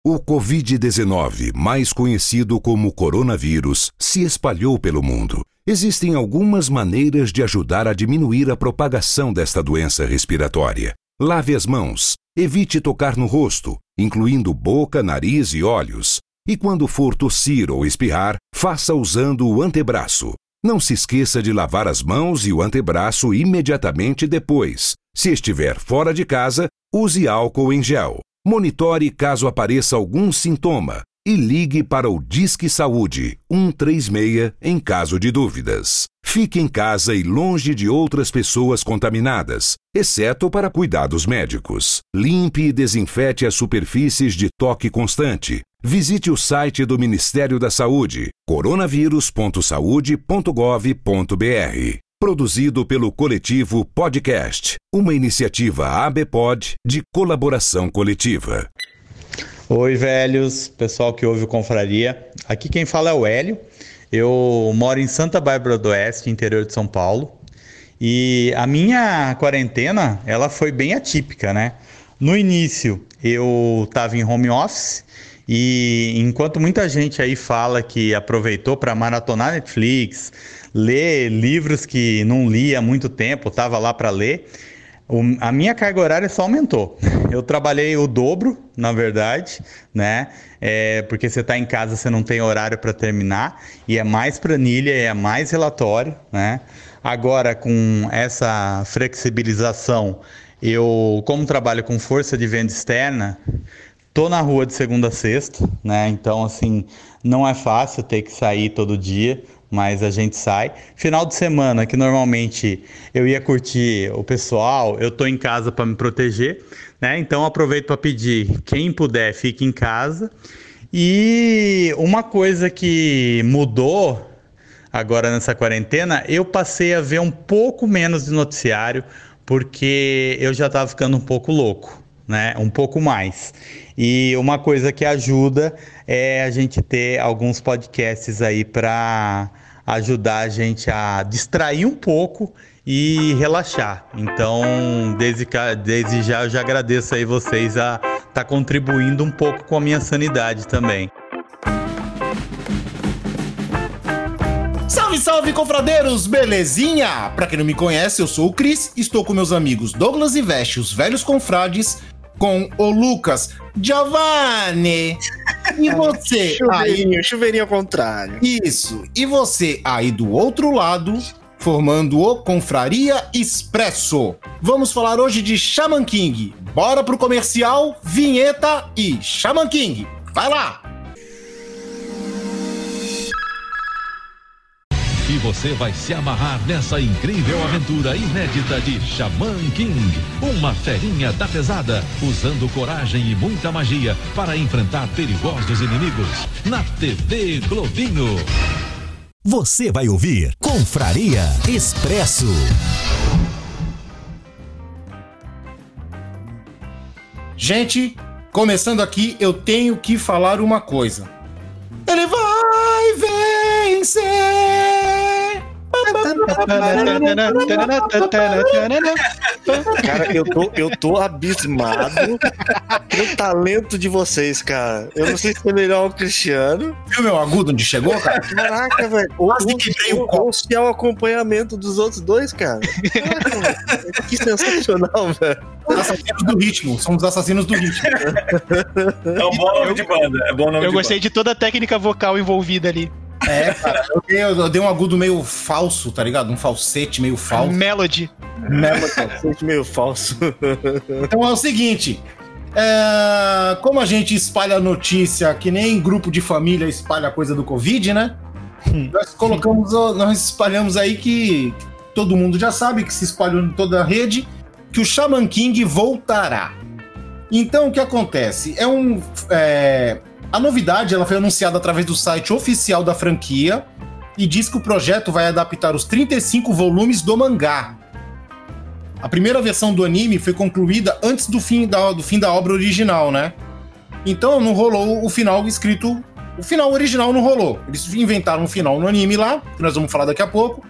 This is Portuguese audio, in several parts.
O Covid-19, mais conhecido como coronavírus, se espalhou pelo mundo. Existem algumas maneiras de ajudar a diminuir a propagação desta doença respiratória. Lave as mãos. Evite tocar no rosto, incluindo boca, nariz e olhos. E quando for tossir ou espirrar, faça usando o antebraço. Não se esqueça de lavar as mãos e o antebraço imediatamente depois. Se estiver fora de casa, use álcool em gel. Monitore caso apareça algum sintoma e ligue para o Disque Saúde 136 em caso de dúvidas. Fique em casa e longe de outras pessoas contaminadas, exceto para cuidados médicos. Limpe e desinfete as superfícies de toque constante. Visite o site do Ministério da Saúde, coronavírus.saude.gov.br. Produzido pelo Coletivo Podcast, uma iniciativa ABPOD de colaboração coletiva. Oi, velhos, pessoal que ouve o Confraria. Aqui quem fala é o Hélio. Eu moro em Santa Bárbara do Oeste, interior de São Paulo. E a minha quarentena, ela foi bem atípica, né? No início, eu estava em home office. E enquanto muita gente aí fala que aproveitou para maratonar Netflix, ler livros que não lia há muito tempo, estava lá para ler, a minha carga horária só aumentou. Eu trabalhei o dobro, na verdade, né? Porque você está em casa, você não tem horário para terminar, e é mais planilha, é mais relatório, né? Agora, com essa flexibilização, eu, como trabalho com força de venda externa, tô na rua de segunda a sexta, né? Então, assim, não é fácil ter que sair todo dia, mas a gente sai. Final de semana, que normalmente eu ia curtir o pessoal, eu tô em casa para me proteger, né? Então, aproveito para pedir, quem puder, fique em casa. E uma coisa que mudou agora nessa quarentena, eu passei a ver um pouco menos de noticiário, porque eu já estava ficando um pouco louco, né? Um pouco mais. E uma coisa que ajuda é a gente ter alguns podcasts aí para ajudar a gente a distrair um pouco e relaxar. Então, desde já eu já agradeço aí vocês a estar contribuindo um pouco com a minha sanidade também. Salve, salve, confradeiros! Belezinha? Pra quem não me conhece, eu sou o Cris, estou com meus amigos Douglas e Veste, os velhos confrades, com o Lucas Giovanni. E você chuveirinho ao contrário. Isso. E você aí do outro lado, formando o Confraria Expresso. Vamos falar hoje de Shaman King. Bora pro comercial, vinheta e Shaman King. Vai lá! E você vai se amarrar nessa incrível aventura inédita de Shaman King. Uma ferinha da pesada, usando coragem e muita magia para enfrentar perigosos inimigos. Na TV Globinho. Você vai ouvir Confraria Expresso. Gente, começando aqui, eu tenho que falar uma coisa. Ele vai vencer! Cara, eu tô abismado pelo talento de vocês, cara. Eu não sei se é melhor o Cristiano. Viu meu agudo onde chegou, cara? Caraca, velho. Ou se é o acompanhamento dos outros dois, cara. Caraca, velho. Que sensacional, velho. Assassinos do ritmo, somos assassinos do ritmo. É um bom nome de banda. É bom nome eu gostei de toda a técnica vocal envolvida ali. Cara, eu dei um agudo meio falso, tá ligado? Um falsete meio falso. Melody. Falsete meio falso. Então é o seguinte, como a gente espalha notícia que nem grupo de família espalha a coisa do Covid, né? Nós espalhamos aí que todo mundo já sabe, que se espalhou em toda a rede, que o Shaman King voltará. Então o que acontece? A novidade ela foi anunciada através do site oficial da franquia e diz que o projeto vai adaptar os 35 volumes do mangá. A primeira versão do anime foi concluída antes do fim da obra original, né? Então não rolou o final escrito... O final original não rolou. Eles inventaram um final no anime lá, que nós vamos falar daqui a pouco,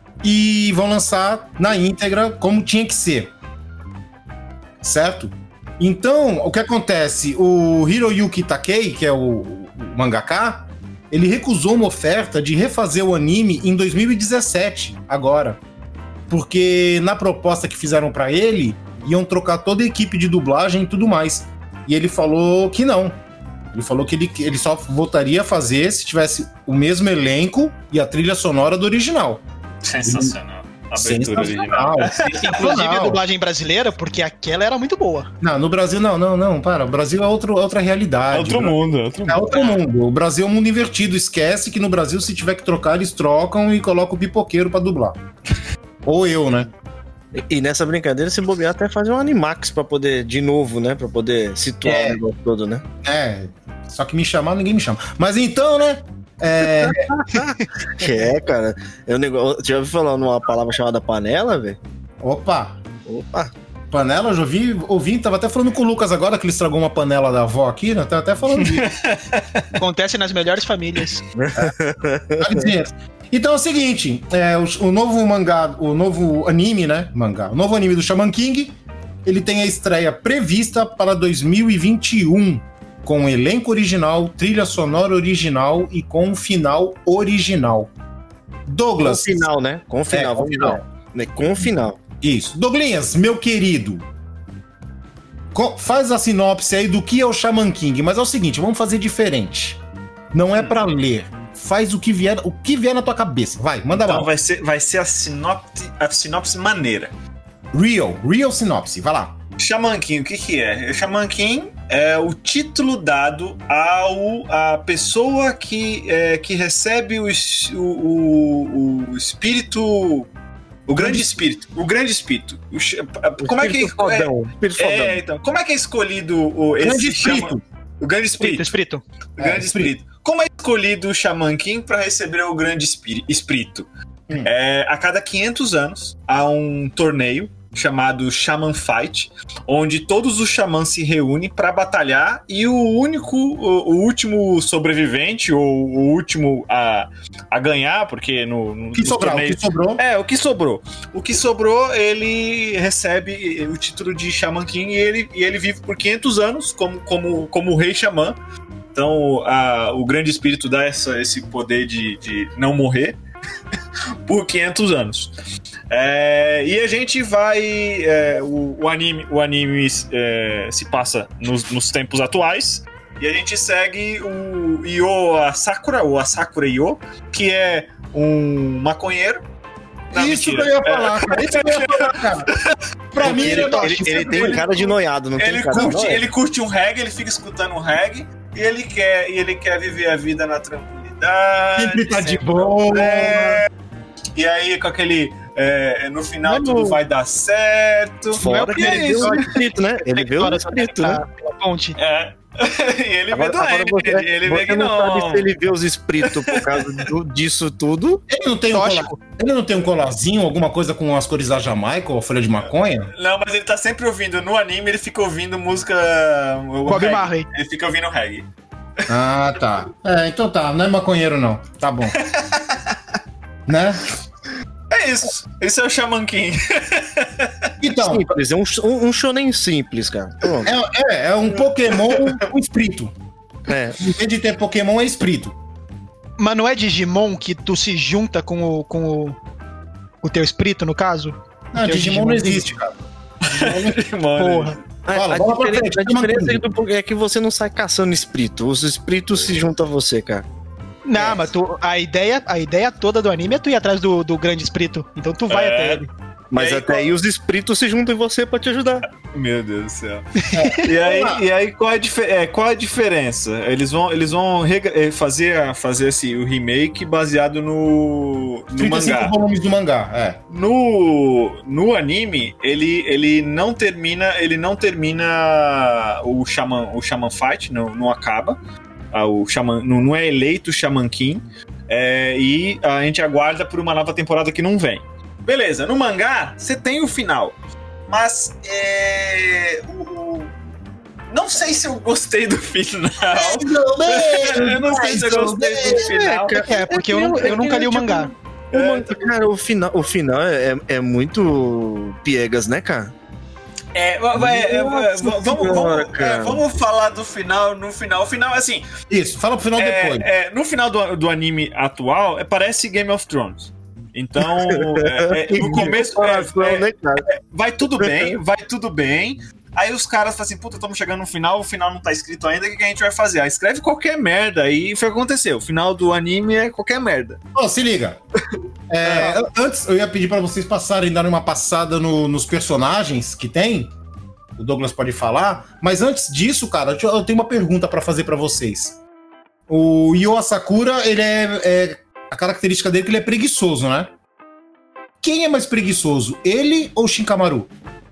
e vão lançar na íntegra como tinha que ser. Certo? Então, o que acontece? O Hiroyuki Takei, que é o mangaka, ele recusou uma oferta de refazer o anime em 2017, agora. Porque na proposta que fizeram pra ele, iam trocar toda a equipe de dublagem e tudo mais. E ele falou que não. Ele falou que ele só voltaria a fazer se tivesse o mesmo elenco e a trilha sonora do original. Sensacional. Abertura original. Inclusive a dublagem brasileira, porque aquela era muito boa. Não, no Brasil não, para. O Brasil é outra realidade. É outro mundo. É outro mundo. O Brasil é um mundo invertido. Esquece que no Brasil, se tiver que trocar, eles trocam e colocam o pipoqueiro pra dublar. Ou eu, né? E nessa brincadeira, se bobear, até fazer um Animax pra poder, de novo, né? Pra poder situar o negócio todo, né? Só que me chamar, ninguém me chama. Mas então, né? Cara. Já ouviu falar numa palavra chamada panela, velho? Opa! Panela, eu já ouvi, tava até falando com o Lucas agora, que ele estragou uma panela da avó aqui, né? Tava até falando disso. Acontece nas melhores famílias. Então é o seguinte, o novo mangá, o novo anime, né? O novo anime do Shaman King, ele tem a estreia prevista para 2021, com elenco original, trilha sonora original e com final original. Douglas. Com final, né? Com final, vamos lá. Com final. Isso. Douglinhas, meu querido, faz a sinopse aí do que é o Shaman King, mas é o seguinte, vamos fazer diferente. Não é pra ler. Faz o que vier na tua cabeça. Vai, manda lá. Então vai ser a sinopse maneira. Real sinopse, vai lá. Shaman King, o que é? Shaman King é o título dado à pessoa que recebe o espírito... O grande espírito. Como é que então, como é que é escolhido esse espírito? O grande espírito. O grande espírito. Como é escolhido o Shaman King para receber o grande espírito? A cada 500 anos há um torneio chamado Shaman Fight, onde todos os xamãs se reúnem para batalhar e o último sobrevivente, ou o último a ganhar, porque no torneio... O que sobrou, ele recebe o título de Shaman King e ele vive por 500 anos como o rei xamã. Então o grande espírito dá esse poder de não morrer por 500 anos. E a gente vai... O anime se passa nos tempos atuais e a gente segue o Io Asakura, ou Asakura Io, que é um maconheiro. Não, isso mentira. que eu ia falar, cara. Pra mim, ele tem cara de noiado, não tem cara de noiado. Ele curte um reggae, ele fica escutando um reggae e ele quer viver a vida na tranquilidade. Sempre tá de boa. E aí, com aquele... no final tudo vai dar certo. Fora que ele vê o espírito, né? Ele vê o espírito, né? Pela ponte. E ele vê doente, ele vê que não sabe se ele vê os espíritos por causa disso tudo. Ele não tem um colarzinho, alguma coisa com as cores da Jamaica ou a folha de maconha? Não, mas ele tá sempre ouvindo. No anime ele fica ouvindo música... Bob Marley. Ele fica ouvindo reggae. Ah, tá. Então tá. Não é maconheiro, não. Tá bom. Né? É isso. Esse é o Shaman King. Então, simples, é um shonen simples, cara. É um Pokémon com espírito. Em vez de ter Pokémon, é espírito. Mas não é Digimon que tu se junta com o teu espírito, no caso? Não, Digimon não existe, cara. Porra. A diferença é que você não sai caçando espírito. Os espíritos se juntam a você, cara. Não, mas a ideia toda do anime é tu ir atrás do grande espírito. Então tu vai até ele. Mas até aí os espíritos se juntam em você pra te ajudar. Meu Deus do céu. E aí qual a diferença? Eles vão fazer o remake baseado no 35 mangá. volumes do mangá, No anime, ele não termina o Shaman Fight, não acaba. O Shaman, não é eleito o Shaman King. E a gente aguarda por uma nova temporada que não vem. Beleza, no mangá, você tem o final. Mas não sei se eu gostei do final. Eu não sei se eu gostei do final. Porque eu nunca li o mangá. Cara, o final é muito piegas, né, cara? Vamos falar do final, no final. O final, assim... Isso, fala pro final depois. No final do anime atual, parece Game of Thrones. Então, no começo, vai tudo bem. Aí os caras falam assim, puta, estamos chegando no final, o final não tá escrito ainda, o que a gente vai fazer? Ah, escreve qualquer merda, aí foi o que aconteceu. O final do anime é qualquer merda. Se liga. Antes, eu ia pedir pra vocês darem uma passada nos personagens que tem. O Douglas pode falar. Mas antes disso, cara, eu tenho uma pergunta pra fazer pra vocês. O Io Asakura, ele a característica dele é que ele é preguiçoso, né? Quem é mais preguiçoso, ele ou o Shikamaru?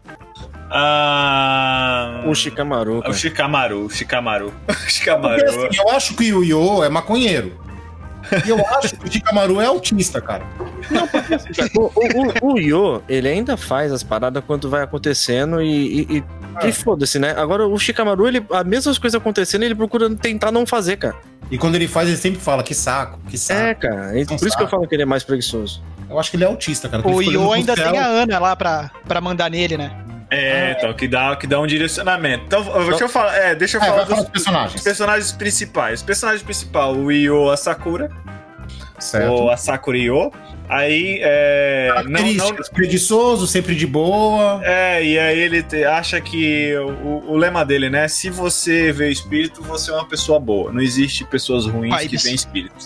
O Shikamaru. Cara. O Shikamaru. Porque, assim, eu acho que o Io é maconheiro. E eu acho que o Shikamaru é autista, cara. Não, porque o Io, ele ainda faz as paradas quando vai acontecendo e foda-se, né? Agora o Shikamaru, as mesmas coisas acontecendo, ele procura tentar não fazer, cara. E quando ele faz, ele sempre fala, que saco. Cara, por isso que eu falo que ele é mais preguiçoso. Eu acho que ele é autista, cara. O Io ainda tem a Ana lá pra mandar nele, né? Então, que dá um direcionamento. Então, deixa eu falar dos personagens. Os personagens principais. O personagem principal, o Io Asakura. Certo. O Asakura Io. Aí, características, preguiçoso, sempre de boa. E aí ele acha que o lema dele, né? Se você vê espírito, você é uma pessoa boa. Não existe pessoas ruins que veem espíritos.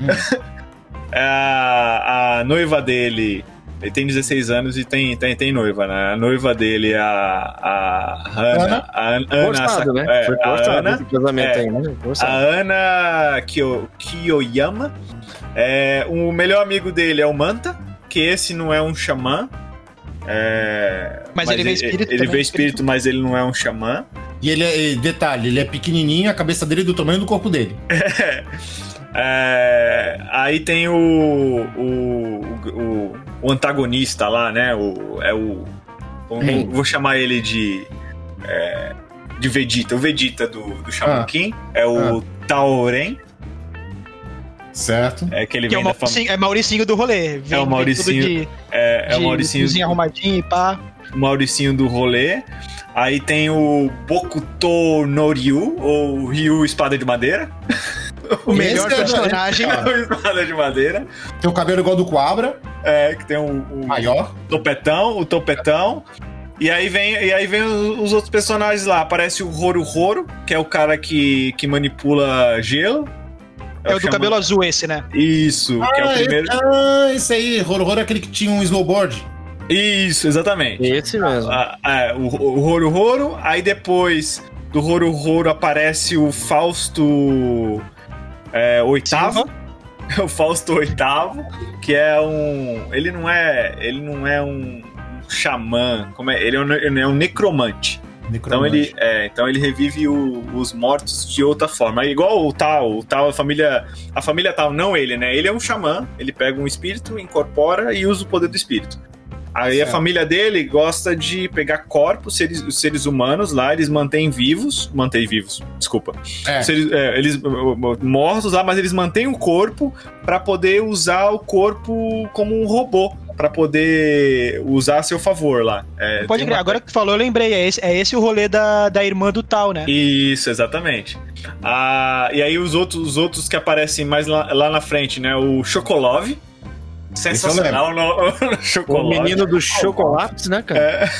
A noiva dele... Ele tem 16 anos e tem noiva, né? A noiva dele é a Ana. Forçado, né? Foi forçado esse casamento aí, né? A Ana Kiyoyama. O melhor amigo dele é o Manta, que esse não é um xamã. Mas ele vê espírito. Ele vê espírito, mas ele não é um xamã. E ele é pequenininho, a cabeça dele é do tamanho do corpo dele. Aí tem o antagonista lá, né? Vou chamar ele de Vegeta. O Vegeta do Shaman King é o Taoren. Certo. Que ele vem da família. É Mauricinho do rolê. É o Mauricinho. O Mauricinho arrumadinho e pá. O Mauricinho do rolê. Aí tem o Bokuto no Ryu, ou Ryu Espada de Madeira. O melhor personagem. O Espada de Madeira. Tem o cabelo igual do Quabra. Que tem o maior. O topetão. E aí vem os outros personagens lá. Aparece o Horu, que é o cara que manipula gelo. É o do cabelo azul esse, né? Isso, que é o primeiro. Esse aí, Horu é aquele que tinha um snowboard. Isso, exatamente. Esse mesmo. O Horu. Aí depois do Horu aparece o Fausto oitavo. O Fausto oitavo, que é ele não é um xamã, ele é um necromante. Então ele revive os mortos de outra forma. Igual o Tal, a família Tal, não ele, né? Ele é um xamã, ele pega um espírito, incorpora e usa o poder do espírito. Aí a família dele gosta de pegar corpos, os seres humanos lá, eles mantêm vivos, desculpa. Eles mortos lá, mas eles mantêm o corpo para poder usar o corpo como um robô, para poder usar a seu favor lá. Pode crer, agora que tu falou, eu lembrei, é esse o rolê da irmã do Tal, né? Isso, exatamente. E aí os outros que aparecem mais lá na frente, né? O Chocolove. Sensacional no Chocolove. O menino dos chocolates, né, cara?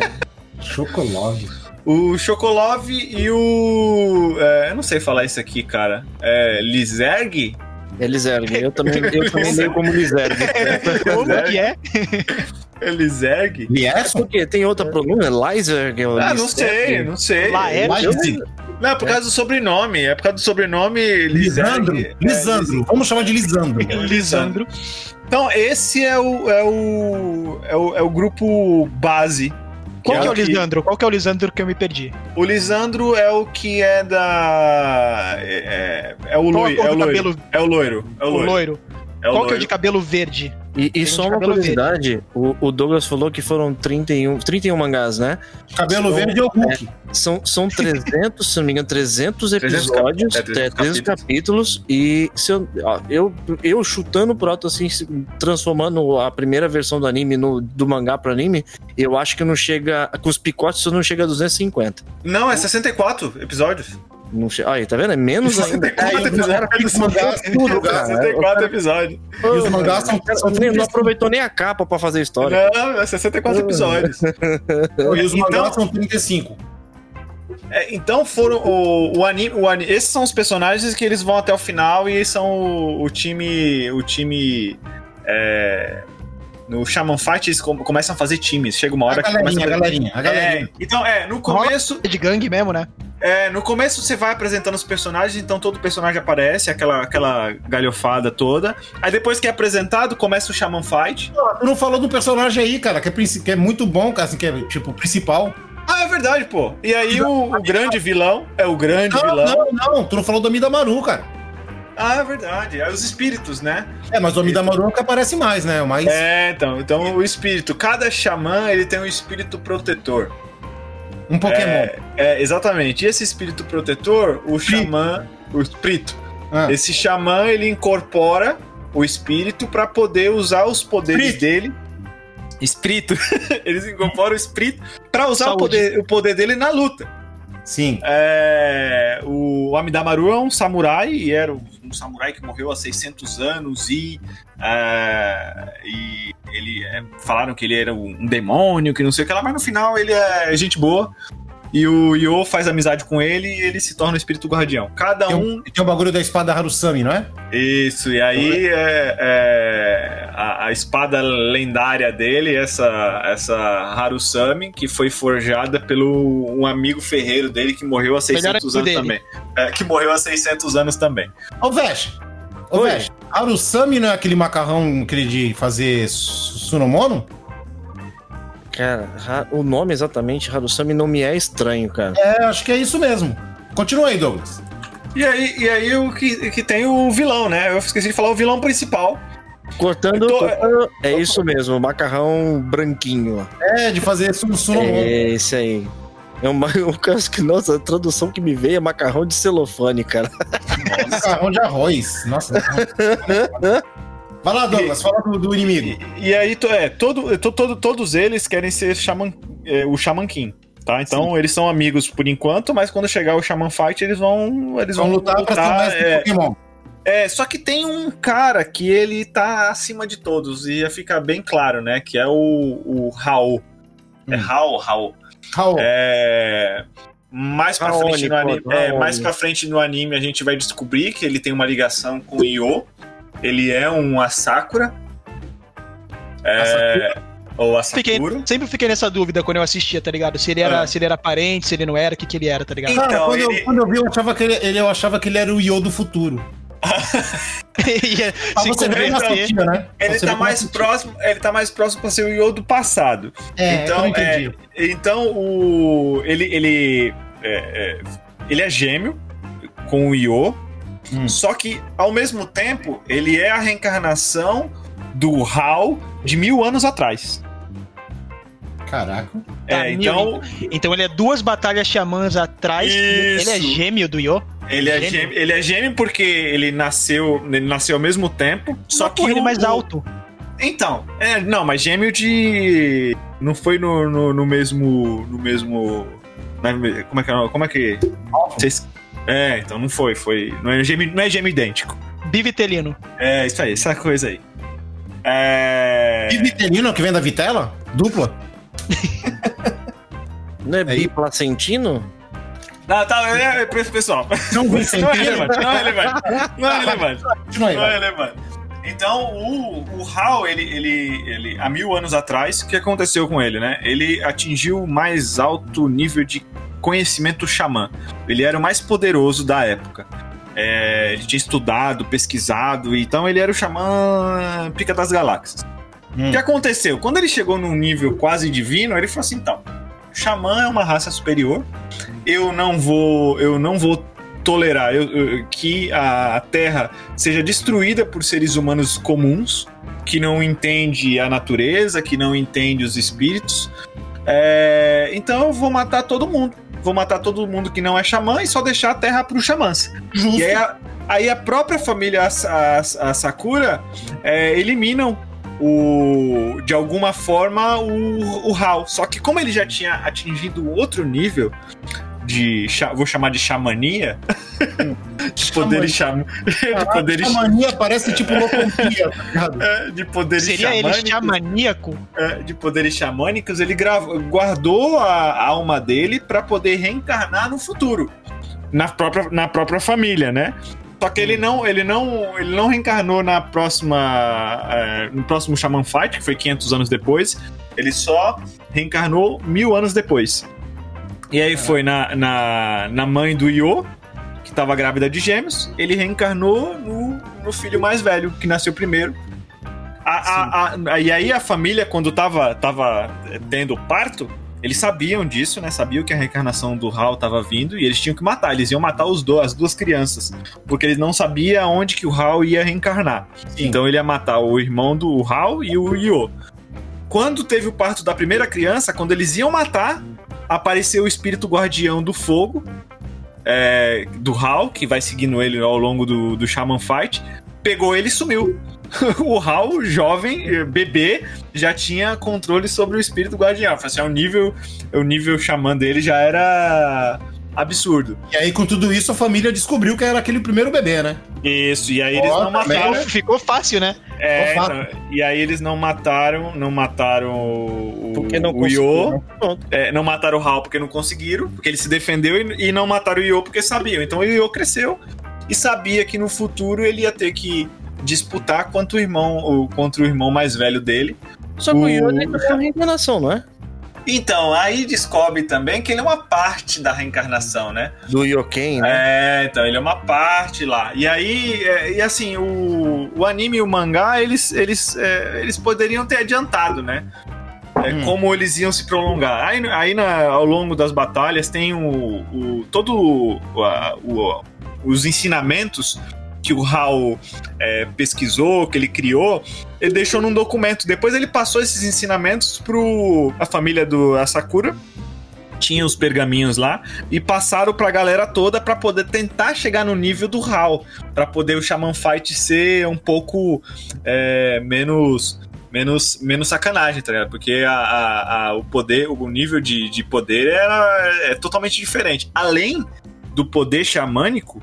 Chocolove. O Chocolove e o... eu não sei falar isso aqui, cara. Lizerg? É Lizerg. Eu também leio como Lizerg. Como que é? É Lizerg? Porque tem outra pronúncia? Lizerg? Não sei. Não, é por causa do sobrenome. É por causa do sobrenome Lisandro. Vamos chamar de Lisandro. Lisandro. Então, esse é o grupo base. Qual que é o Lisandro? Qual que é o Lisandro que eu me perdi? O Lisandro é o que é da... É o loiro. O loiro. Qual que é o de cabelo verde? E só uma curiosidade, o Douglas falou que foram 31 mangás, né? Cabelo verde é o Hulk. São 300, se não me engano, 300 episódios, 300 capítulos, e se eu chutando pro alto, assim, transformando a primeira versão do anime do mangá pro anime, eu acho que não chega, com os picotes, não chega a 250. Não, é 64 episódios. Não aí, tá vendo? É menos ainda. 64 episódios. E os mangás são não aproveitou nem a capa pra fazer história. Não, é 64 episódios. E os mangás são 35. Então foram o anime. Esses são os personagens que eles vão até o final e são o time. No Shaman Fight eles começam a fazer times. Chega uma hora a galerinha. Então, no começo. É de gangue mesmo, né? No começo você vai apresentando os personagens, então todo personagem aparece, aquela galhofada toda. Aí depois que é apresentado, começa o Shaman Fight. Tu não falou do personagem aí, cara, que é muito bom, cara, assim, que é tipo principal. Ah, é verdade, pô. E aí o grande vilão é o grande vilão. Não, tu não falou do Amidamaru, cara. Ah, é verdade. É os espíritos, né? Mas o Amidamaru é o que aparece mais, né? Então o espírito. Cada xamã, ele tem um espírito protetor. Um Pokémon. Exatamente. E esse espírito protetor, o xamã... O espírito. Esse xamã, ele incorpora o espírito pra poder usar os poderes dele. Espírito. Eles incorporam o espírito pra usar o poder dele na luta. Sim. O Amidamaru é um samurai, e era um samurai que morreu há 600 anos, e ele falaram que ele era um demônio, que não sei o que lá, mas no final ele é gente boa, e o Yo faz amizade com ele e ele se torna o espírito guardião. Tem o bagulho da espada Harusami, não é? Isso, e aí a espada lendária dele, essa Harusami, que foi forjada pelo um amigo ferreiro dele que morreu há 600 anos também. Que morreu há 600 anos também. Ô, Vesh, Harusami não é aquele macarrão de fazer sunomono? Cara, o nome exatamente, Harusami, não me é estranho, cara. Acho que é isso mesmo. Continua aí, Douglas. E aí o que tem o vilão, né? Eu esqueci de falar o vilão principal. Cortando, isso mesmo, o macarrão branquinho. De fazer sunomono. É esse aí. Nossa, a tradução que me veio é macarrão de celofane, cara. Macarrão de arroz. Nossa. Vai lá, Douglas, fala do inimigo. E aí, todos eles querem ser o Shaman King, tá? Então, eles são amigos por enquanto, mas quando chegar o Shaman Fight, eles vão lutar pra ser mais Pokémon. Só que tem um cara que ele tá acima de todos, e ia ficar bem claro, né? Que é o Hao. Hao. Mais pra frente no anime. Mais pra frente no anime a gente vai descobrir que ele tem uma ligação com o Yo. Ele é um Asakura. Ou Asakura. Sempre fiquei nessa dúvida quando eu assistia, tá ligado? Se ele era parente, se ele não era, o que ele era, tá ligado? Então, quando eu vi, eu achava que ele era o Yo do futuro. Ele tá mais próximo pra ser o Yo do passado. Então ele é gêmeo com o Yo. Só que, ao mesmo tempo, ele é a reencarnação do Hao de 1000 anos atrás. Caraca. Então ele é 2 batalhas xamãs atrás. Ele é gêmeo do Yo? Ele é gêmeo porque ele nasceu ao mesmo tempo. Só que ele é mais alto. Então, não, mas gêmeo de... Não foi no mesmo... Como é que... Vocês... então não foi. Não é gêmeo idêntico. Bivitelino. Isso aí, essa coisa aí. Bivitelino, que vem da vitela? Dupla? Não é biplacentino? Não, tá, pessoal. Não é relevante. Então, o Hao, ele há 1000 anos atrás, o que aconteceu com ele, né? Ele atingiu o mais alto nível de conhecimento xamã. Ele era o mais poderoso da época. Ele tinha estudado, pesquisado, então ele era o xamã pica das galáxias. O que aconteceu? Quando ele chegou num nível quase divino, ele falou assim, então, xamã é uma raça superior, eu não vou tolerar que a Terra seja destruída por seres humanos comuns, que não entende a natureza, que não entende os espíritos. Então eu vou matar todo mundo. Vou matar todo mundo que não é xamã e só deixar a Terra para os xamãs. Justo. E aí a própria família, a Sakura, eliminam de alguma forma o Hal. Só que como ele já tinha atingido outro nível vou chamar de xamania, de poderes xamania parece tipo locompia, tá ligado? De poderes seria ele xamaníaco? De poderes xamânicos, ele guardou a alma dele para poder reencarnar no futuro, na própria família, né? Só que ele não reencarnou no próximo Shaman Fight, que foi 500 anos depois. Ele só reencarnou 1000 anos depois. E aí foi na mãe do Io, que estava grávida de gêmeos. Ele reencarnou no filho mais velho, que nasceu primeiro. E aí a família, quando tava tendo parto, eles sabiam disso, né? Sabiam que a reencarnação do Hal tava vindo e eles tinham que matar. Eles iam matar as duas crianças, porque eles não sabiam onde que o Hal ia reencarnar. Sim. Então ele ia matar o irmão do Hal e o Io. Quando teve o parto da primeira criança, quando eles iam matar, apareceu o espírito guardião do fogo, do Hal, que vai seguindo ele ao longo do Shaman Fight, pegou ele e sumiu. O Hal, jovem, bebê, já tinha controle sobre o espírito guardião. Assim, o nível xamã dele já era absurdo. E aí, com tudo isso, a família descobriu que era aquele primeiro bebê, né? Isso, e aí eles não mataram... Ficou fácil, né? Então, e aí eles não mataram o Io. Não mataram o Hal porque não conseguiram, porque ele se defendeu, e não mataram o Io porque sabiam. Então o Io cresceu e sabia que no futuro ele ia ter que disputar contra o irmão mais velho dele. Só que o Io é uma reencarnação, não é? Então, aí descobre também que ele é uma parte da reencarnação, né? Do Yoken, né? Então, ele é uma parte lá. E aí, assim, o anime e o mangá, eles poderiam ter adiantado, né? Como eles iam se prolongar. Aí ao longo das batalhas tem os ensinamentos que o Hal pesquisou, que ele criou, ele deixou num documento. Depois ele passou esses ensinamentos a família do Sakura. Tinha os pergaminhos lá e passaram pra galera toda pra poder tentar chegar no nível do Hal, pra poder o Shaman Fight ser um pouco menos sacanagem, tá ligado? Porque o poder, o nível de poder é totalmente diferente. Além do poder xamânico,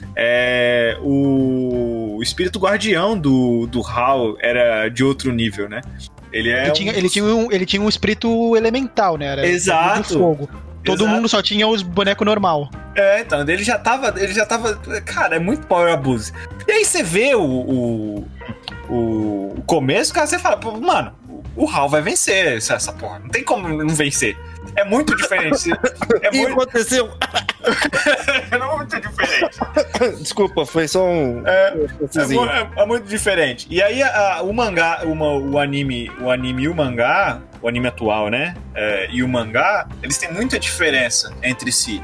o espírito guardião do Hal era de outro nível, né? Ele tinha um espírito elemental, né? Era exato. De fogo. Todo mundo só tinha os bonecos normal. Então, ele já tava. Cara, é muito power abuse. E aí você vê o começo, cara, você fala, mano, o Hal vai vencer essa porra. Não tem como não vencer. É muito diferente. Aconteceu. É muito diferente. Desculpa, foi só um... É muito diferente. E aí o mangá, o anime e o mangá, o anime atual, né? E o mangá, eles têm muita diferença entre si.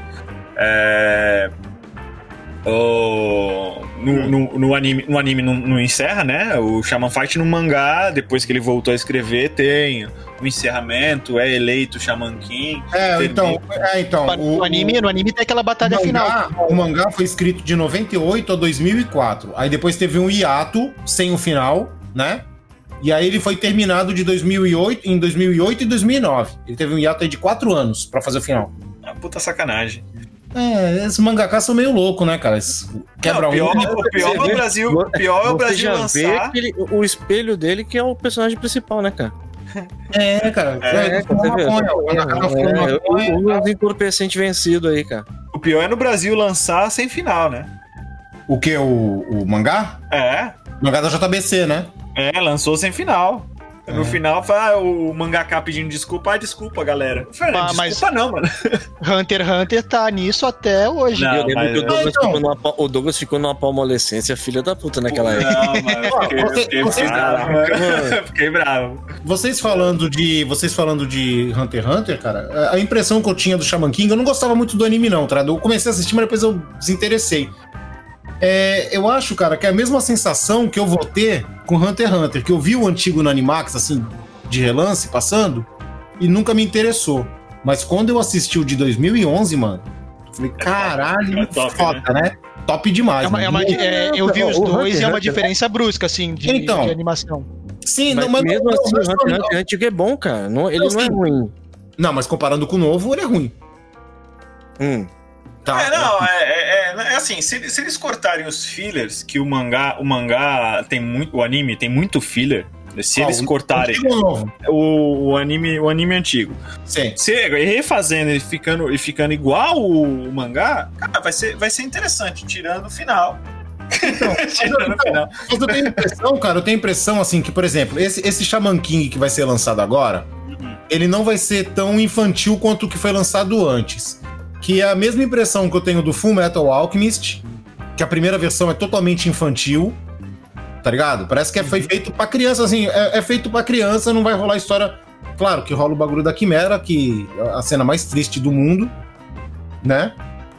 No anime não encerra, né? O Shaman Fight no mangá, depois que ele voltou a escrever, tem o encerramento, é eleito Shaman King. No anime tem aquela batalha final. O mangá foi escrito de 98 a 2004. Aí depois teve um hiato sem o final, né? E aí ele foi terminado em 2008 e 2009. Ele teve um hiato aí de 4 anos pra fazer o final. Uma puta sacanagem. Esses mangakas são meio loucos, né, cara? O pior é o Brasil lançar... o espelho dele que é o personagem principal, né, cara? Cara. O entorpecente vencido aí, cara. O pior é no Brasil lançar sem final, né? O que? O mangá? O mangá da JBC, né? Lançou sem final. No final, o mangaka pedindo desculpa. Desculpa, galera. Desculpa mas não, mano. Hunter x Hunter tá nisso até hoje. Não, eu lembro que o Douglas ficou numa palmolescência, filha da puta, naquela época. Não, mano, fiquei bravo. Vocês falando de Hunter x Hunter, cara, a impressão que eu tinha do Shaman King, eu não gostava muito do anime não, tá? Eu comecei a assistir, mas depois eu desinteressei. Eu acho, cara, que é a mesma sensação que eu vou ter com Hunter x Hunter, que eu vi o antigo no Animax, assim, de relance, passando, e nunca me interessou. Mas quando eu assisti o de 2011, mano, eu falei, caralho, top, foda, né? Top demais. Eu vi os dois e é uma diferença brusca, assim, de animação. Sim, mas mesmo assim, o Hunter x Hunter antigo é bom, cara. Ele não é ruim. Não, mas comparando com o novo, ele é ruim. Tá. É assim, se eles cortarem os fillers, que o mangá tem muito, o anime tem muito filler, se eles cortarem o anime antigo, sim. Se refazendo e ficando igual o mangá, cara, vai ser interessante, tirando o final. Mas eu tenho impressão, assim, que, por exemplo, esse Shaman King que vai ser lançado agora, ele não vai ser tão infantil quanto o que foi lançado antes. Que é a mesma impressão que eu tenho do Full Metal Alchemist, que a primeira versão é totalmente infantil, tá ligado? Parece que foi feito pra criança, assim, é feito pra criança, não vai rolar história... Claro que rola o bagulho da Quimera, que é a cena mais triste do mundo, né?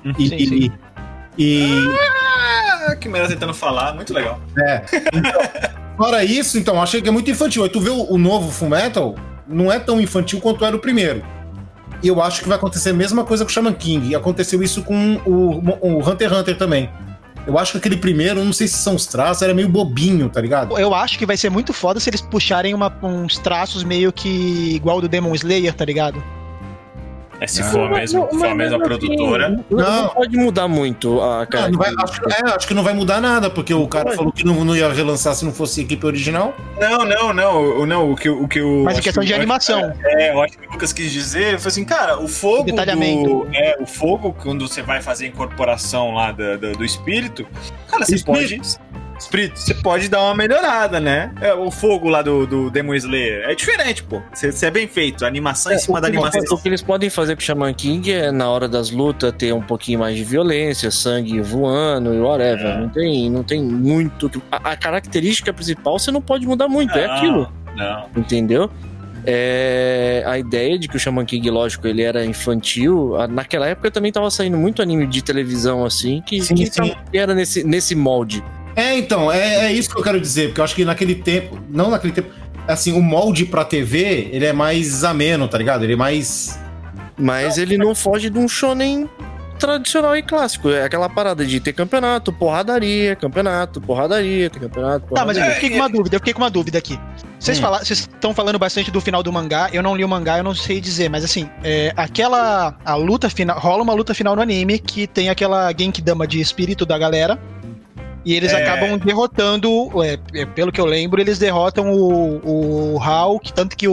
A Quimera tentando falar, muito legal. Então, fora isso, então, achei que é muito infantil. Aí tu vê o novo Full Metal, não é tão infantil quanto era o primeiro. E eu acho que vai acontecer a mesma coisa com o Shaman King. Aconteceu isso com o Hunter x Hunter também. Eu acho que aquele primeiro, não sei se são os traços, era meio bobinho, tá ligado? Eu acho que vai ser muito foda se eles puxarem uns traços meio que igual do Demon Slayer, tá ligado? Se for a mesma produtora. Não pode mudar muito a cara. Acho que não vai mudar nada, porque o cara falou que não ia relançar se não fosse a equipe original. Não. O que o Mas em questão de animação. Eu acho que o Lucas quis dizer, foi assim, cara, o fogo. Detalhamento. O fogo, quando você vai fazer a incorporação lá do espírito, cara, você pode dar uma melhorada, né? O fogo lá do Demon Slayer é diferente, pô. Você é bem feito, a animação em cima da animação. O que eles podem fazer com o Shaman King é, na hora das lutas, ter um pouquinho mais de violência, sangue voando e whatever. Não tem muito... A característica principal você não pode mudar muito, é aquilo. Não. Entendeu? A ideia de que o Shaman King, lógico, ele era infantil. Naquela época também tava saindo muito anime de televisão, assim, que era nesse molde. Então, é isso que eu quero dizer, porque eu acho que não naquele tempo, assim, o molde pra TV, ele é mais ameno, tá ligado? Ele é mais... Mas ele não foge de um shonen tradicional e clássico, é aquela parada de ter campeonato, porradaria, tem campeonato, porradaria. Tá, mas eu fiquei com uma dúvida aqui. Vocês estão falando bastante do final do mangá, eu não li o mangá, eu não sei dizer, mas assim, a luta final, rola uma luta final no anime que tem aquela Genkidama de espírito da galera. E eles acabam derrotando, pelo que eu lembro, eles derrotam o Hulk, tanto que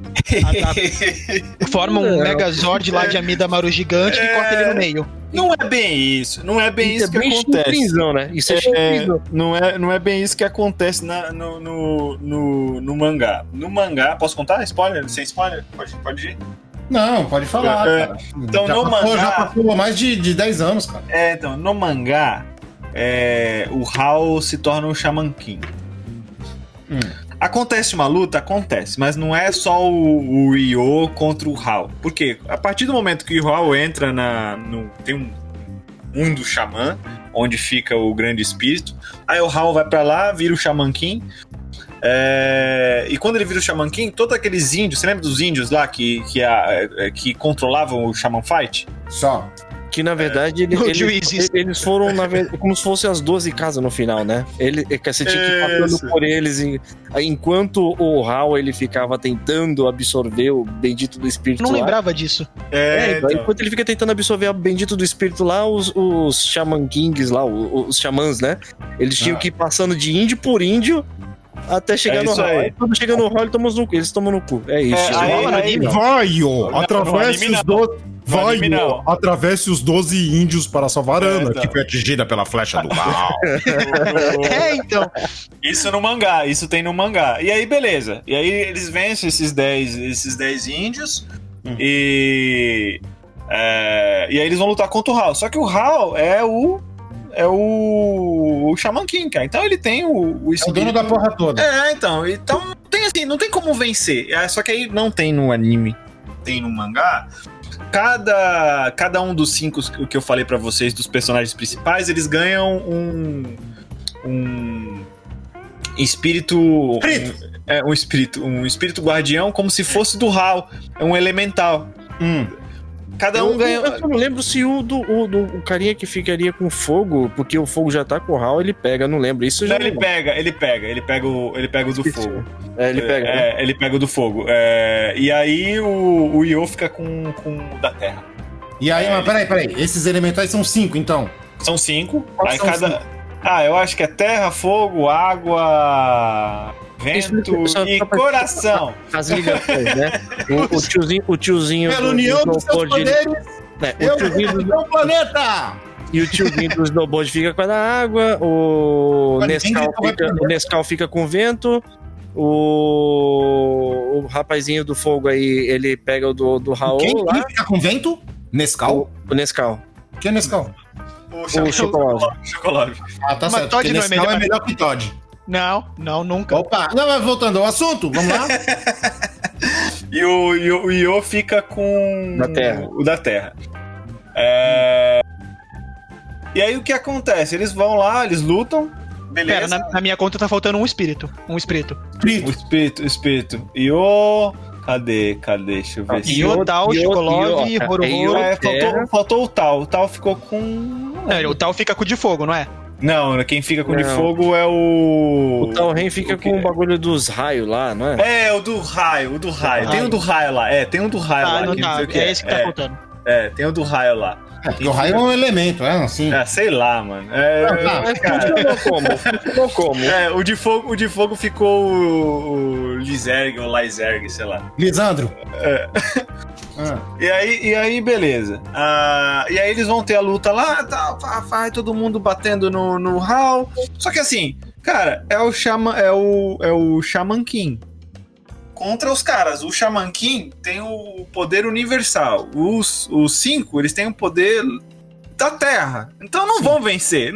formam um Megazord lá de Amidamaru gigante que corta ele no meio. Não é bem isso que acontece. Né? Isso é não é bem isso que acontece no mangá. No mangá, posso contar? Spoiler? Sem spoiler? Pode ir? Não, pode falar, cara. Então, já passou mais de 10 anos, cara. Então, no mangá, o Hal se torna um Shaman King. Acontece uma luta? Acontece, mas não é só o Ryo contra o Hal. Por quê? A partir do momento que o Hal entra tem um mundo xamã, onde fica o grande espírito, aí o Hal vai pra lá, vira o Shaman King. E quando ele vira o Shaman King, todos aqueles índios, você lembra dos índios lá que controlavam o Shaman Fight? Só. Que na verdade eles foram como se fossem as 12 casas no final, né? Você tinha que ir passando por eles enquanto o Hal ele ficava tentando absorver o bendito do espírito. Não lembrava disso. Então. Enquanto ele fica tentando absorver o bendito do espírito lá, os Shaman Kings lá, os xamãs, né? Eles tinham que ir passando de índio por índio até chegar no Hal. Quando chega no Hal, eles tomam no cu. É isso. Através dos 12. Vai, atravesse os 12 índios para salvar Ana, que foi atingida pela flecha do mal. Então. Isso no mangá, isso tem no mangá. E aí, beleza. E aí eles vencem esses 10 índios e aí eles vão lutar contra o Hal. Só que o Hal é o Shaman King, cara. Então ele tem o espírito... É o dono da porra toda. Então tem assim, não tem como vencer. Só que aí não tem no anime, tem no mangá. Cada um dos 5 que eu falei pra vocês, dos personagens principais, eles ganham um espírito... Um espírito guardião, como se fosse do Hal. É um elemental. Cada um ganha... Eu não lembro se o carinha que ficaria com fogo, porque o fogo já tá com o Hal, ele pega, não lembro. Isso já ele pega o do fogo. Ele pega. Ele pega o do fogo. E aí o Io fica com o da terra. E aí, mas peraí. Esses elementais são 5, então? São 5. Aí cada... 5? Eu acho que é terra, fogo, água... Vento e coração. As ligações, né? O tiozinho pela união dos seus poderes, o tiozinho do planeta! E o tiozinho do snowboard fica com a da água, o Nescau fica com o vento, o rapazinho do fogo aí, ele pega o do Raul. Quem fica com vento? Nescau? O Nescau. O que é Nescau? O chocolate. Tá certo, porque Nescau é melhor que Todd. Não, nunca. Opa, não, mas voltando ao assunto, vamos lá. E o Io fica com o da Terra. E aí o que acontece? Eles vão lá, eles lutam, beleza. Pera, na minha conta tá faltando um espírito. Espírito. Io... Cadê? Deixa eu ver. Io, Tal, Chocolove e Horororo. Faltou o Tal. O Tal ficou com... o Tal fica com o de fogo, não é? Não, quem fica com o de fogo é o... O Talren fica com o bagulho dos raios lá, não é? O do raio. Tem um do raio lá. Tem um do raio lá. Não tá. É esse que tá faltando. Tem um do raio lá. Porque o raio é um elemento, assim. Sei lá, mano. Ficou como? O de fogo ficou o Lizerg ou Lyserg, sei lá. Lisandro. E aí, beleza. E aí eles vão ter a luta lá, vai todo mundo batendo no Hal. Só que assim, cara, é o Shaman King contra os caras. O Shaman King tem o poder universal. Os 5, eles têm o poder da Terra. Então não vão vencer.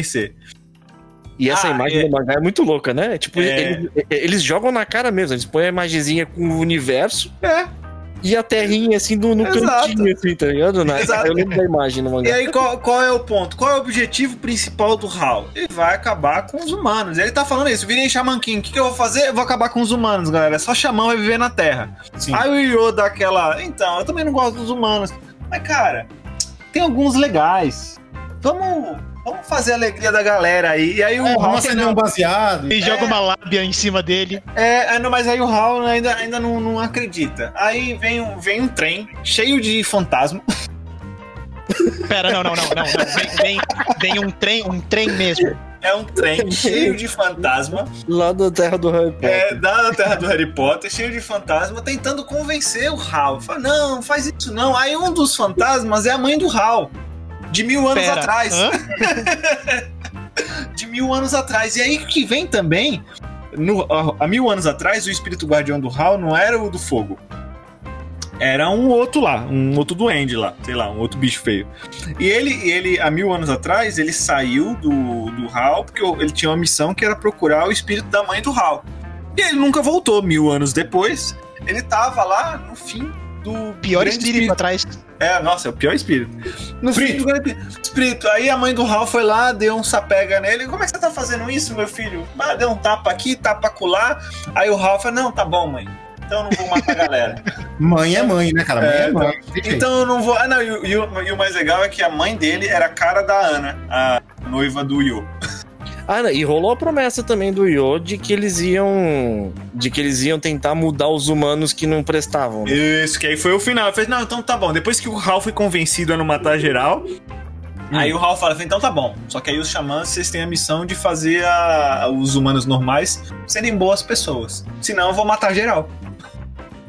E essa imagem do mangá é muito louca, né? Tipo, eles jogam na cara mesmo. Eles põem a imagenzinha com o universo. E a terrinha, assim, no cantinho, assim, tá ligado? Eu lembro da imagem no mangá. E aí, qual é o ponto? Qual é o objetivo principal do Hal? Ele vai acabar com os humanos. Ele tá falando isso, virei Shaman King. O que eu vou fazer? Eu vou acabar com os humanos, galera. Só Xamã vai viver na Terra. Sim. Aí o Io dá aquela... Então, eu também não gosto dos humanos. Mas, cara, tem alguns legais. Vamos fazer a alegria da galera aí. E aí o Hal... Vamos acender um baseado. E joga uma lábia em cima dele. Mas aí o Hal ainda não acredita. Aí vem um trem cheio de fantasma. Pera, não. Vem um trem mesmo. É um trem cheio de fantasma. Lá da terra do Harry Potter. Da terra do Harry Potter, cheio de fantasma, tentando convencer o Hal. Fala, não faz isso não. Aí um dos fantasmas é a mãe do Hal. De 1000 anos atrás. De 1000 anos atrás. E aí que vem também, há 1000 anos atrás, o espírito guardião do Hal não era o do fogo. Era um outro lá, um outro duende lá, sei lá, um outro bicho feio. E ele há 1000 anos atrás, ele saiu do Hal, porque ele tinha uma missão que era procurar o espírito da mãe do Hal. E ele nunca voltou. 1000 anos depois, ele tava lá no fim do... Pior espírito atrás. É o pior espírito. No fim do grande espírito. Aí a mãe do Hal foi lá, deu um sapega nele. Como é que você tá fazendo isso, meu filho? Deu um tapa aqui, tapa acolá. Aí o Hal falou, não, tá bom, mãe. Então eu não vou matar a galera. Mãe é mãe, né, cara? Mãe é mãe. Então eu não vou... E o mais legal é que a mãe dele era a cara da Ana, a noiva do Io. E rolou a promessa também do Io de que eles iam tentar mudar os humanos que não prestavam. Isso, que aí foi o final. Eu falei, não, então tá bom. Depois que o Hal foi convencido a não matar geral, aí o Hal fala, então tá bom. Só que aí os xamãs, vocês têm a missão de fazer os humanos normais serem boas pessoas. Senão eu vou matar geral.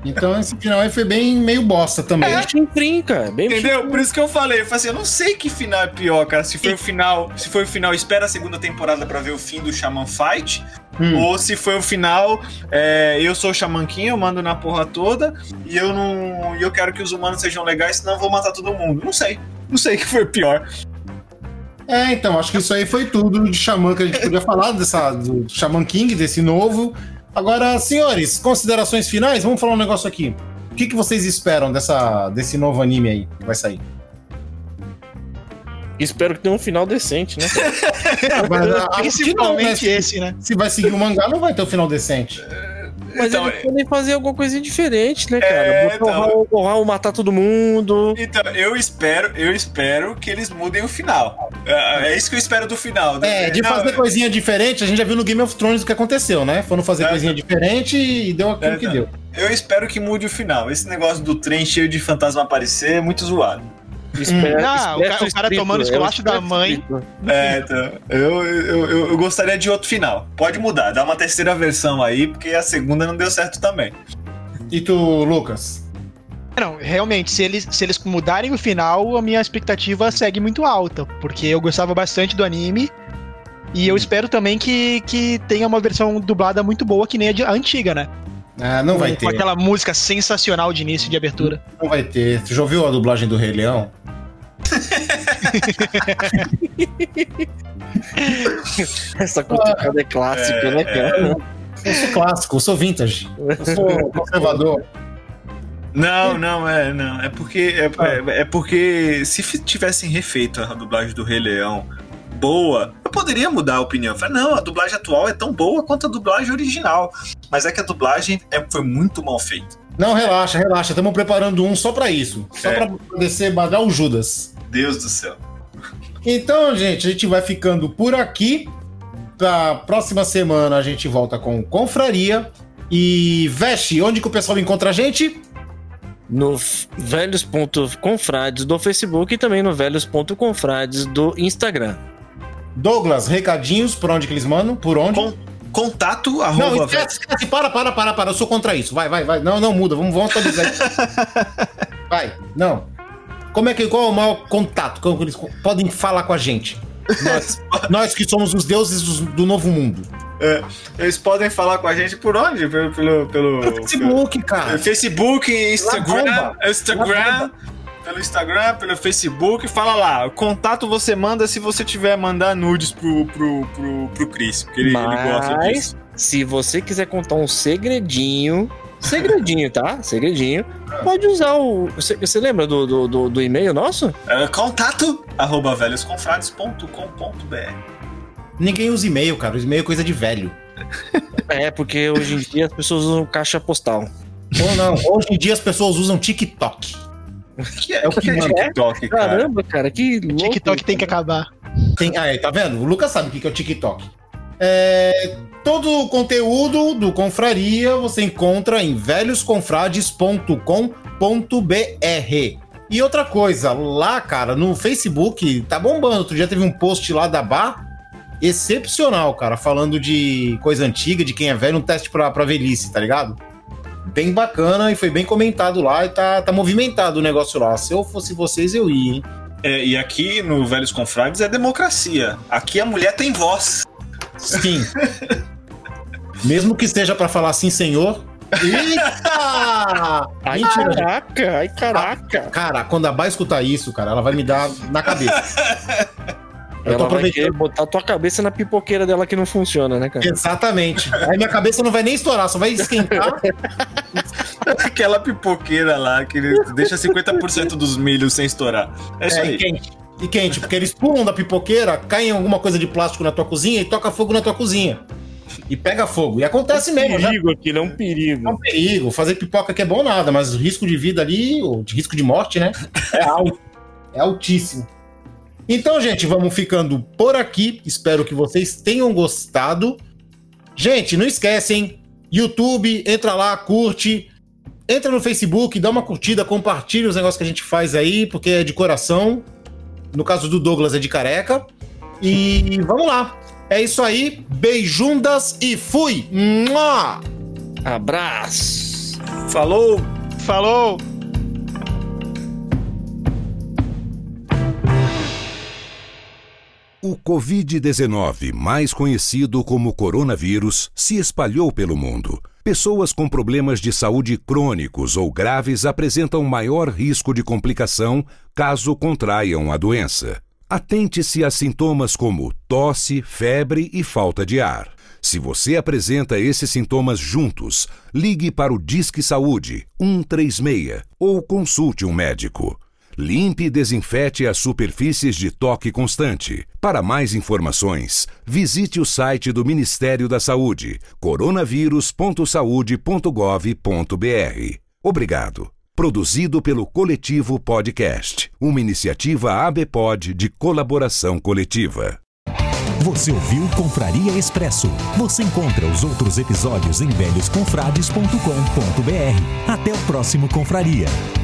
Então esse final aí foi bem meio bosta também. Cara. Bem entendeu? Por isso que eu falei assim, eu não sei que final é pior, cara. Se foi o final, espera a segunda temporada pra ver o fim do Shaman Fight. Ou se foi o final, eu sou o Shaman King, eu mando na porra toda e eu quero que os humanos sejam legais, senão eu vou matar todo mundo. Não sei o que foi pior. Então, acho que isso aí foi tudo de Shaman que a gente podia falar, do Shaman King, desse novo. Agora, senhores, considerações finais, vamos falar um negócio aqui. O que vocês esperam desse novo anime aí que vai sair? Espero que tenha um final decente, né? Principalmente esse, né? Se vai seguir o mangá, não vai ter um final decente. Mas então, eles podem fazer alguma coisa diferente, né, cara? Botar matar todo mundo. Então, eu espero que eles mudem o final. É isso que eu espero do final. Fazer coisinha diferente, a gente já viu no Game of Thrones o que aconteceu, né? Foram fazer coisinha diferente e deu aquilo que deu. Eu espero que mude o final. Esse negócio do trem cheio de fantasma aparecer é muito zoado. O cara tomando esculacho da mãe. Então, eu gostaria de outro final. Pode mudar, dá uma terceira versão aí, porque a segunda não deu certo também. E tu, Lucas? Não, realmente, se eles mudarem o final, a minha expectativa segue muito alta, porque eu gostava bastante do anime. E eu espero também que tenha uma versão dublada muito boa, que nem a antiga, né? Não vai ter. Com aquela música sensacional de início de abertura. Não vai ter. Tu já ouviu a dublagem do Rei Leão? Essa cutucada é clássica, né, cara? Eu sou clássico, eu sou vintage. Eu sou conservador. Não. É porque se tivessem refeito a dublagem do Rei Leão boa, eu poderia mudar a opinião. Eu falei, não, a dublagem atual é tão boa quanto a dublagem original. Mas é que a dublagem foi muito mal feita. Não, relaxa. Estamos preparando um só pra isso. Só pra descer, badar o Judas. Deus do céu. Então, gente, a gente vai ficando por aqui. Pra próxima semana a gente volta com Confraria. E, Veste, onde que o pessoal encontra a gente? No velhos.confrades do Facebook e também no velhos.confrades do Instagram. Douglas, recadinhos, por onde que eles mandam? Por onde? Contato, Não, esquece. Para, eu sou contra isso. Vai. Não, muda, vamos atualizar isso. Vai, não. Qual é o maior contato? Como eles podem falar com a gente? Nós que somos os deuses do novo mundo. Eles podem falar com a gente por onde? Pelo Facebook, cara. Facebook, Instagram. Pelo Instagram, pelo Facebook, fala lá. O contato você manda se você tiver mandar nudes pro Chris, porque ele gosta disso. Se você quiser contar um segredinho, tá? Pode usar o... Você lembra do e-mail nosso? contato@velhosconfrades.com.br. Ninguém usa e-mail, cara. O e-mail é coisa de velho. Porque hoje em dia as pessoas usam caixa postal. Ou não, hoje em dia as pessoas usam TikTok. É o que é TikTok, cara? Caramba, cara, que louco. TikTok tem que acabar. Tá vendo? O Lucas sabe o que é o TikTok. Todo o conteúdo do Confraria você encontra em velhosconfrades.com.br. E outra coisa, lá, cara, no Facebook, tá bombando. Outro dia teve um post lá da Bar, excepcional, cara, falando de coisa antiga, de quem é velho, um teste pra velhice, tá ligado? Bem bacana e foi bem comentado lá e tá movimentado o negócio lá. Se eu fosse vocês, eu ia, hein? E aqui no Velhos Confrades é democracia. Aqui a mulher tem voz. Sim. Mesmo que esteja pra falar sim, senhor. Eita! Ai, caraca! Cara, quando a Bá escutar isso, cara, ela vai me dar na cabeça. Ela vai querer botar a tua cabeça na pipoqueira dela que não funciona, né, cara? Exatamente. Aí minha cabeça não vai nem estourar, só vai esquentar. Aquela pipoqueira lá que deixa 50% dos milhos sem estourar. É isso aí. Quente, porque eles pulam da pipoqueira, caem em alguma coisa de plástico na tua cozinha e toca fogo na tua cozinha. E pega fogo. E acontece mesmo. É um perigo. É um perigo. Fazer pipoca que é bom nada, mas o risco de vida ali, ou de risco de morte, né? É alto. É altíssimo. Então, gente, vamos ficando por aqui. Espero que vocês tenham gostado. Gente, não esquecem, YouTube, entra lá, curte. Entra no Facebook, dá uma curtida, compartilha os negócios que a gente faz aí, porque é de coração. No caso do Douglas é de careca. E vamos lá. É isso aí. Beijundas e fui! Mua! Abraço! Falou! Falou! O Covid-19, mais conhecido como coronavírus, se espalhou pelo mundo. Pessoas com problemas de saúde crônicos ou graves apresentam maior risco de complicação caso contraiam a doença. Atente-se a sintomas como tosse, febre e falta de ar. Se você apresenta esses sintomas juntos, ligue para o Disque Saúde 136 ou consulte um médico. Limpe e desinfete as superfícies de toque constante. Para mais informações, visite o site do Ministério da Saúde, coronavírus.saude.gov.br. Obrigado. Produzido pelo Coletivo Podcast, uma iniciativa ABPOD de colaboração coletiva. Você ouviu Confraria Expresso. Você encontra os outros episódios em velhosconfrades.com.br. Até o próximo Confraria.